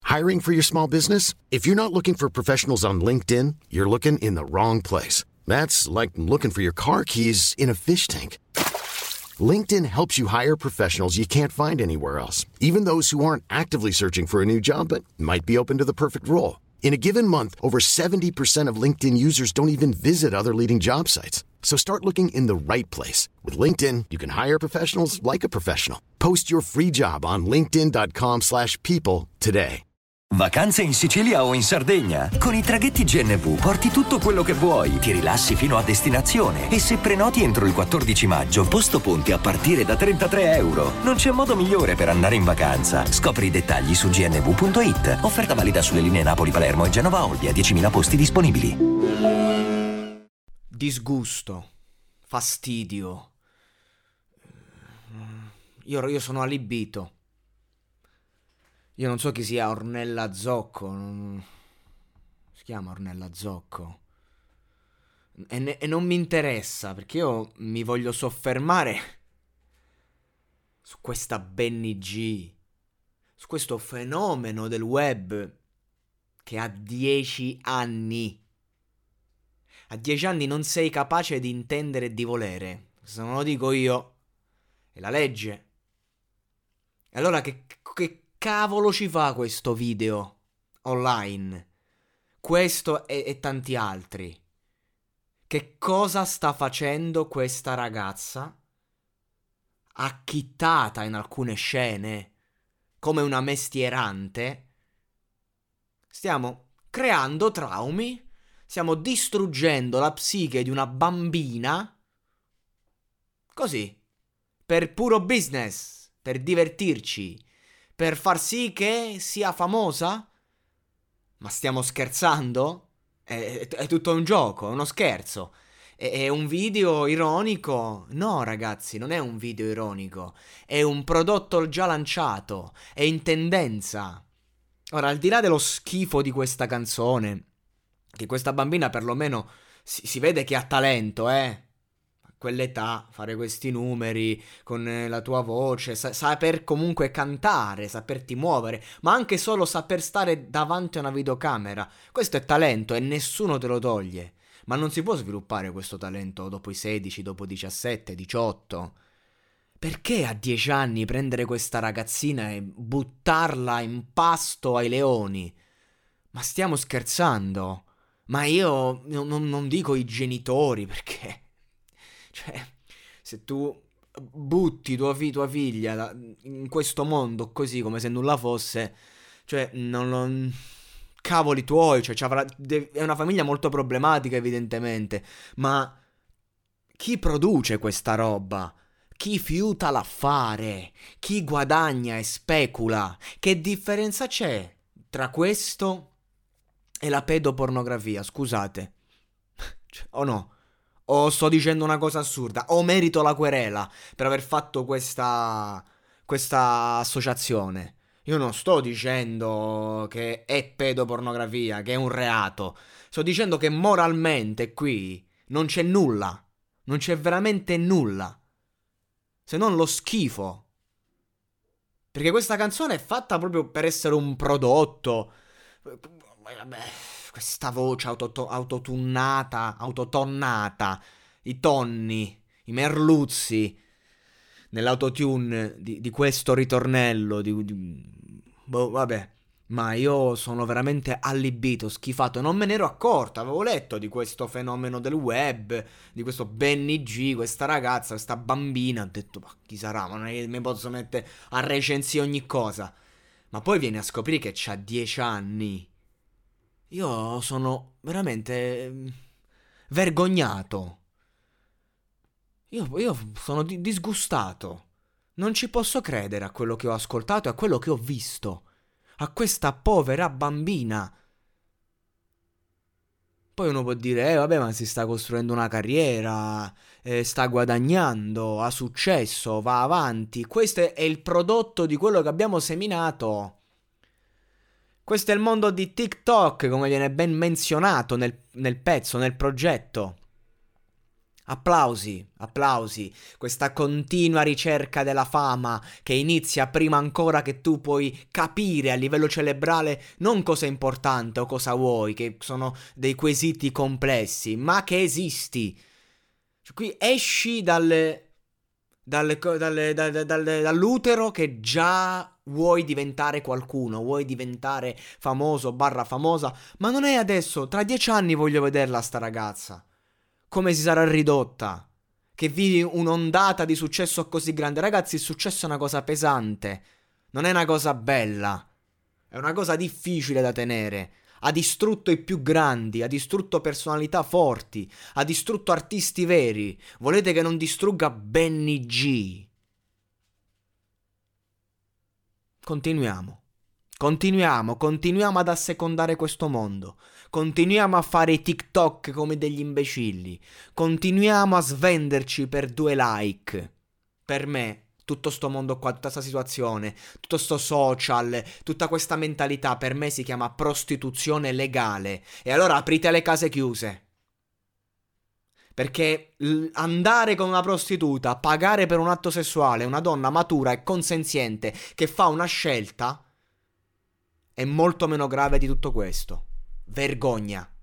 Hiring for your small business? If you're not looking for professionals on LinkedIn, you're looking in the wrong place. That's like looking for your car keys in a fish tank. LinkedIn helps you hire professionals you can't find anywhere else, even those who aren't actively searching for a new job but might be open to the perfect role. In a given month, over 70% of LinkedIn users don't even visit other leading job sites. So start looking in the right place. With LinkedIn, you can hire professionals like a professional. Post your free job on linkedin.com/people today. Vacanze in Sicilia o in Sardegna? Con i traghetti GNV porti tutto quello che vuoi, ti rilassi fino a destinazione e se prenoti entro il 14 maggio, posto ponti a partire da €33. Non c'è modo migliore per andare in vacanza. Scopri i dettagli su gnv.it. Offerta valida sulle linee Napoli-Palermo e Genova-Olbia, 10.000 posti disponibili. Disgusto, fastidio. Io sono allibito. Io non so chi sia Ornella Zocco. Si chiama Ornella Zocco. E non mi interessa, perché io mi voglio soffermare su questa Benny G, su questo fenomeno del web che ha 10 anni. A 10 anni non sei capace di intendere e di volere. Se non lo dico io, è la legge. E allora che cavolo ci fa questo video online? Questo e tanti altri. Che cosa sta facendo questa ragazza? Acchittata in alcune scene come una mestierante. Stiamo creando traumi. Stiamo distruggendo la psiche di una bambina. Così. Per puro business. Per divertirci. Per far sì che sia famosa? Ma stiamo scherzando? È tutto un gioco, è uno scherzo. È un video ironico? No, ragazzi, non è un video ironico. È un prodotto già lanciato. È in tendenza. Ora, al di là dello schifo di questa canzone, che questa bambina perlomeno si vede che ha talento, a quell'età, fare questi numeri con la tua voce, saper comunque cantare, saperti muovere, ma anche solo saper stare davanti a una videocamera. Questo è talento e nessuno te lo toglie. Ma non si può sviluppare questo talento dopo i 16, dopo 17, 18. Perché a 10 anni prendere questa ragazzina e buttarla in pasto ai leoni? Ma stiamo scherzando? Ma io non dico i genitori, perché... Cioè, se tu butti tua figlia in questo mondo così, come se nulla fosse, cioè, non cavoli tuoi, cioè, è una famiglia molto problematica, evidentemente, ma chi produce questa roba? Chi fiuta l'affare? Chi guadagna e specula? Che differenza c'è tra questo e la pedopornografia, scusate? O no? O sto dicendo una cosa assurda? O merito la querela per aver fatto questa associazione? Io non sto dicendo che è pedopornografia, che è un reato. Sto dicendo che moralmente qui non c'è nulla. Non c'è veramente nulla. Se non lo schifo. Perché questa canzone è fatta proprio per essere un prodotto. Vabbè, questa voce autotonnata, i tonni, i merluzzi nell'autotune di questo ritornello. Vabbè. Ma io sono veramente allibito, schifato. Non me ne ero accorto, avevo letto di questo fenomeno del web, di questo Benny G, questa ragazza, questa bambina. Ho detto, ma chi sarà? Ma non è che mi posso mettere a recensire ogni cosa. Ma poi vieni a scoprire che c'ha 10 anni. Io sono veramente vergognato. Io sono disgustato. Non ci posso credere a quello che ho ascoltato e a quello che ho visto. A questa povera bambina. Poi uno può dire, vabbè, ma si sta costruendo una carriera, sta guadagnando, ha successo, va avanti. Questo è il prodotto di quello che abbiamo seminato. Questo è il mondo di TikTok, come viene ben menzionato nel pezzo, nel progetto. Applausi, applausi. Questa continua ricerca della fama che inizia prima ancora che tu puoi capire a livello cerebrale non cosa è importante o cosa vuoi, che sono dei quesiti complessi, ma che esisti. Cioè, qui esci dall'utero che già vuoi diventare qualcuno, vuoi diventare famoso barra famosa, ma non è adesso, tra 10 anni voglio vederla sta ragazza. Come si sarà ridotta? Che vivi un'ondata di successo così grande. Ragazzi, il successo è una cosa pesante. Non è una cosa bella. È una cosa difficile da tenere. Ha distrutto i più grandi, ha distrutto personalità forti, ha distrutto artisti veri. Volete che non distrugga Benny G? Continuiamo ad assecondare questo mondo. Continuiamo a fare i TikTok come degli imbecilli. Continuiamo a svenderci per 2 like. Per me, tutto sto mondo qua, tutta sta situazione, tutto sto social, tutta questa mentalità, per me si chiama prostituzione legale. E allora aprite le case chiuse. Perché andare con una prostituta, pagare per un atto sessuale, una donna matura e consenziente che fa una scelta, è molto meno grave di tutto questo. Vergogna.